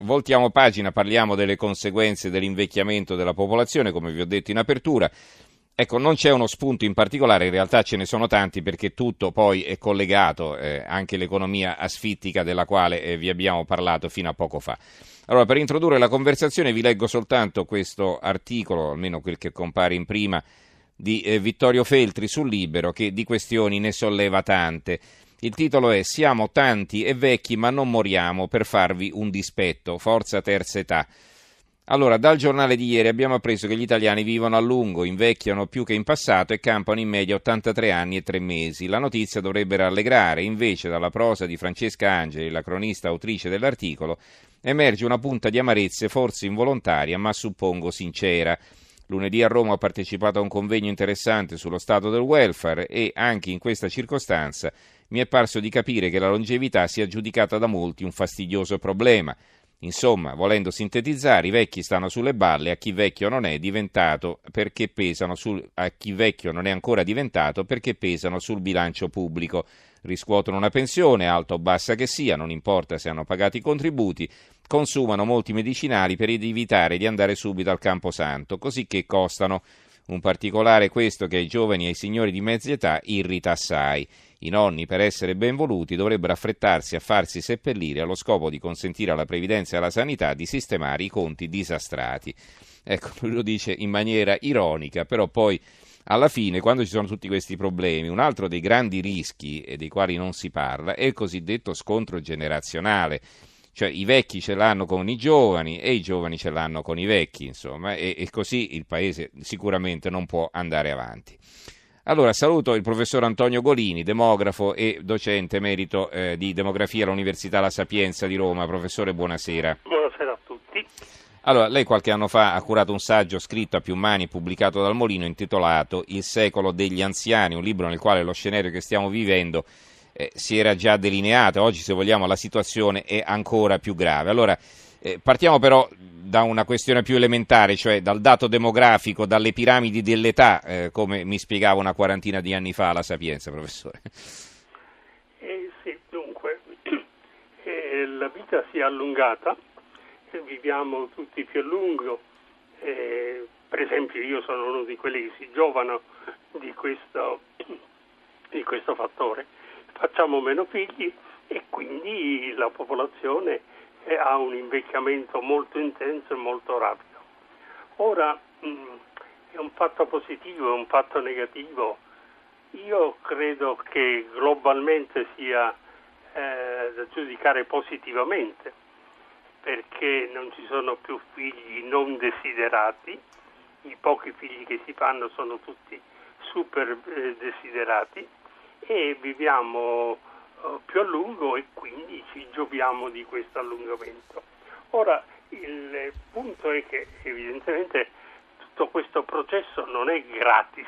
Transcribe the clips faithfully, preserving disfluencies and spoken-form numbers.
voltiamo pagina, parliamo delle conseguenze dell'invecchiamento della popolazione, come vi ho detto in apertura. Ecco, non c'è uno spunto in particolare, in realtà ce ne sono tanti perché tutto poi è collegato, eh, anche l'economia asfittica della quale eh, vi abbiamo parlato fino a poco fa. Allora, per introdurre la conversazione vi leggo soltanto questo articolo, almeno quel che compare in prima, di eh, Vittorio Feltri sul Libero, che di questioni ne solleva tante. Il titolo è "Siamo tanti e vecchi ma non moriamo per farvi un dispetto, forza terza età". Allora, dal giornale di ieri abbiamo appreso che gli italiani vivono a lungo, invecchiano più che in passato e campano in media ottantatré anni e tre mesi. La notizia dovrebbe rallegrare, invece dalla prosa di Francesca Angeli, la cronista autrice dell'articolo, emerge una punta di amarezze forse involontaria ma suppongo sincera. Lunedì a Roma ho partecipato a un convegno interessante sullo stato del welfare e anche in questa circostanza mi è parso di capire che la longevità sia giudicata da molti un fastidioso problema. Insomma, volendo sintetizzare, i vecchi stanno sulle balle a chi vecchio non è diventato perché pesano sul, a chi vecchio non è ancora diventato perché pesano sul bilancio pubblico. Riscuotono una pensione, alta o bassa che sia, non importa se hanno pagato i contributi, consumano molti medicinali per evitare di andare subito al camposanto, così che costano. Un particolare questo che ai giovani e ai signori di mezza età irrita assai. I nonni, per essere ben voluti, dovrebbero affrettarsi a farsi seppellire allo scopo di consentire alla previdenza e alla sanità di sistemare i conti disastrati. Ecco, lui lo dice in maniera ironica, però poi alla fine, quando ci sono tutti questi problemi, un altro dei grandi rischi e dei quali non si parla è il cosiddetto scontro generazionale. Cioè i vecchi ce l'hanno con i giovani e i giovani ce l'hanno con i vecchi, insomma, e, e così il paese sicuramente non può andare avanti. Allora saluto il professor Antonio Golini, demografo e docente emerito eh, di demografia all'Università La Sapienza di Roma. Professore, buonasera. Buonasera a tutti. Allora, lei qualche anno fa ha curato un saggio scritto a più mani e pubblicato dal Molino intitolato Il secolo degli anziani, un libro nel quale lo scenario che stiamo vivendo Eh, si era già delineata. Oggi, se vogliamo, la situazione è ancora più grave. Allora, eh, partiamo però da una questione più elementare, cioè dal dato demografico, dalle piramidi dell'età, eh, come mi spiegava una quarantina di anni fa la Sapienza, professore. Eh, sì, dunque, eh, la vita si è allungata, eh, viviamo tutti più a lungo, eh, per esempio io sono uno di quelli che si giovano di questo, di questo fattore. Facciamo meno figli e quindi la popolazione eh, ha un invecchiamento molto intenso e molto rapido. Ora mh, è un fatto positivo, è un fatto negativo. Io credo che globalmente sia eh, da giudicare positivamente, perché non ci sono più figli non desiderati, i pochi figli che si fanno sono tutti super eh, desiderati, e viviamo uh, più a lungo e quindi ci gioviamo di questo allungamento. Ora il punto è che evidentemente tutto questo processo non è gratis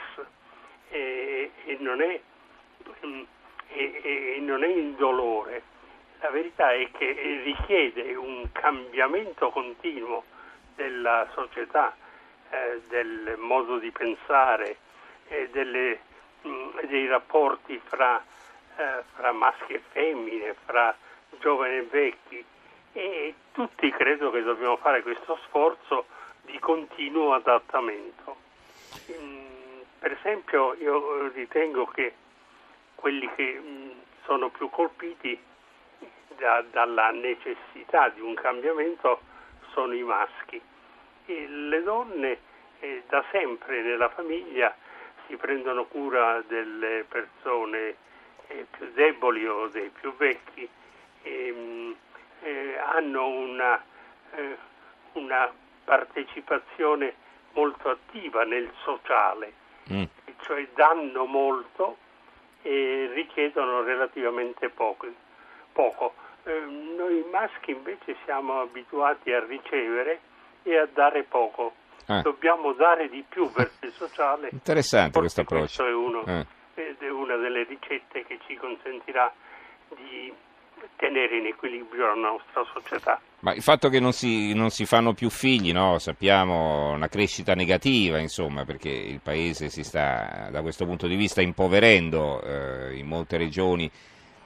e, e, non, è, um, e, e non è indolore. La verità è che richiede un cambiamento continuo della società, eh, del modo di pensare, eh, delle dei rapporti fra, eh, fra maschi e femmine, fra giovani e vecchi, e tutti credo che dobbiamo fare questo sforzo di continuo adattamento. Mm, per esempio io ritengo che quelli che mm, sono più colpiti da, dalla necessità di un cambiamento sono i maschi, e le donne eh, da sempre nella famiglia si prendono cura delle persone eh, più deboli o dei più vecchi, e, eh, hanno una, eh, una partecipazione molto attiva nel sociale, mm. cioè danno molto e richiedono relativamente poco. poco. Eh, noi maschi invece siamo abituati a ricevere e a dare poco. Ah. Dobbiamo dare di più verso il sociale. Interessante questo approccio. Questo è, uno, eh. ed è una delle ricette che ci consentirà di tenere in equilibrio la nostra società. Ma il fatto che non si, non si fanno più figli, no? Sappiamo una crescita negativa, insomma, perché il paese si sta da questo punto di vista impoverendo, eh, in molte regioni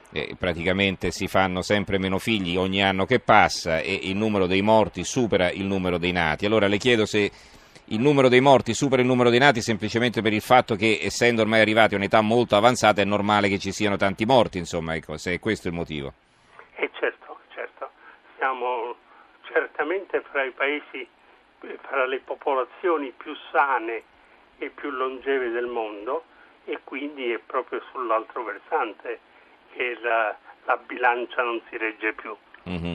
eh, praticamente si fanno sempre meno figli ogni anno che passa e il numero dei morti supera il numero dei nati. Allora le chiedo se il numero dei morti supera il numero dei nati semplicemente per il fatto che, essendo ormai arrivati a un'età molto avanzata, è normale che ci siano tanti morti, insomma, ecco, se è questo il motivo. E certo, certo, siamo certamente fra i paesi, fra le popolazioni più sane e più longeve del mondo, e quindi è proprio sull'altro versante che la, la bilancia non si regge più. Mm-hmm.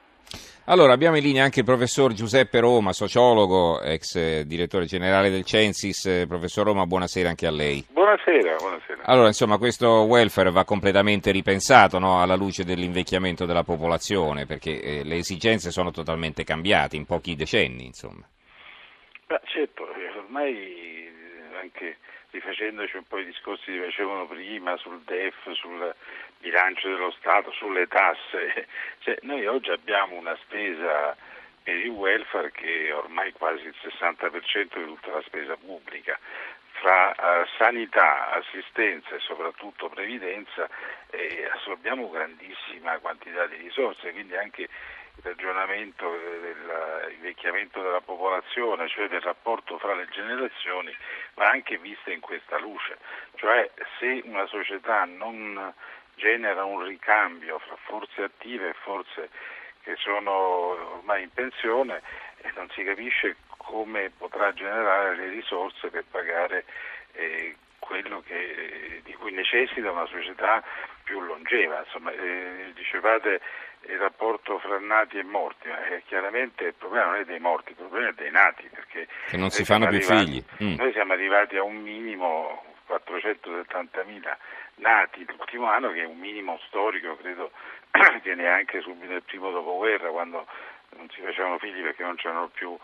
Allora, abbiamo in linea anche il professor Giuseppe Roma, sociologo, ex direttore generale del Censis. Professor Roma, buonasera anche a lei. Buonasera, buonasera. Allora, insomma, questo welfare va completamente ripensato, no, alla luce dell'invecchiamento della popolazione, perché eh, le esigenze sono totalmente cambiate in pochi decenni, insomma. Beh, certo, ormai anche rifacendoci un po' i discorsi che facevano prima sul D E F, sul bilancio dello Stato, sulle tasse, cioè, noi oggi abbiamo una spesa per il welfare che è ormai quasi il sessanta per cento di tutta la spesa pubblica. Fra uh, sanità, assistenza e soprattutto previdenza eh, assorbiamo grandissima quantità di risorse, quindi anche il ragionamento dell'invecchiamento della popolazione, cioè del rapporto fra le generazioni, va anche vista in questa luce, cioè se una società non genera un ricambio fra forze attive e forze che sono ormai in pensione, eh, non si capisce come potrà generare le risorse per pagare eh, quello che, di cui necessita una società più longeva. Insomma, eh, dicevate il rapporto fra nati e morti, ma eh, chiaramente il problema non è dei morti, il problema è dei nati, perché che non si fanno più arrivati, figli. Mm. Noi siamo arrivati a un minimo quattrocentosettantamila nati l'ultimo anno, che è un minimo storico, credo che neanche subito il primo dopoguerra, quando non si facevano figli perché non c'erano più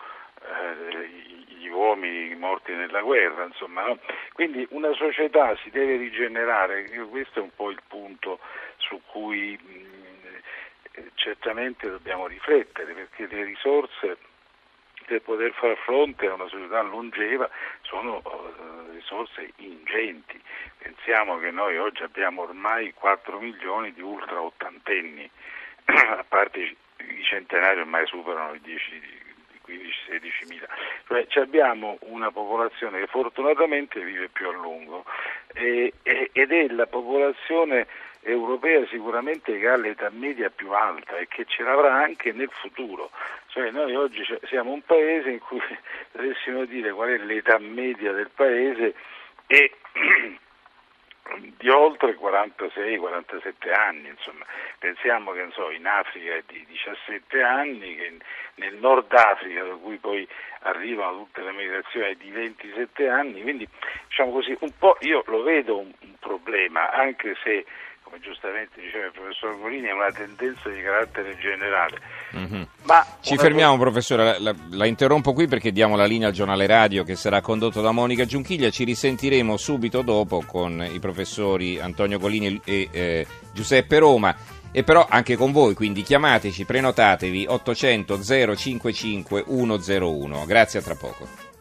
eh, gli uomini morti nella guerra, insomma, no? Quindi una società si deve rigenerare, questo è un po' il punto su cui mh, certamente dobbiamo riflettere, perché le risorse per poter far fronte a una società longeva sono uh, risorse ingenti. Pensiamo che noi oggi abbiamo ormai quattro milioni di ultra ottantenni, a parte i centenari ormai superano i dieci, quindici sedici mila, cioè abbiamo una popolazione che fortunatamente vive più a lungo e, e, ed è la popolazione europea sicuramente che ha l'età media più alta e che ce l'avrà anche nel futuro. Cioè noi oggi siamo un paese in cui dovessimo dire qual è l'età media del paese è di oltre quarantasei quarantasette anni, insomma. Pensiamo che non so, in Africa è di diciassette anni, che nel Nord Africa, da cui poi arrivano tutte le migrazioni, è di ventisette anni, quindi diciamo così un po' io lo vedo un, un problema, anche se come giustamente diceva il professor Golini, è una tendenza di carattere generale. Mm-hmm. Ma Ci fermiamo, cosa... professore, la, la, la interrompo qui perché diamo la linea al giornale radio che sarà condotto da Monica Giunchiglia. Ci risentiremo subito dopo con i professori Antonio Golini e eh, Giuseppe Roma, e però anche con voi, quindi chiamateci, prenotatevi ottocento zero cinquantacinque centouno. Grazie, a tra poco.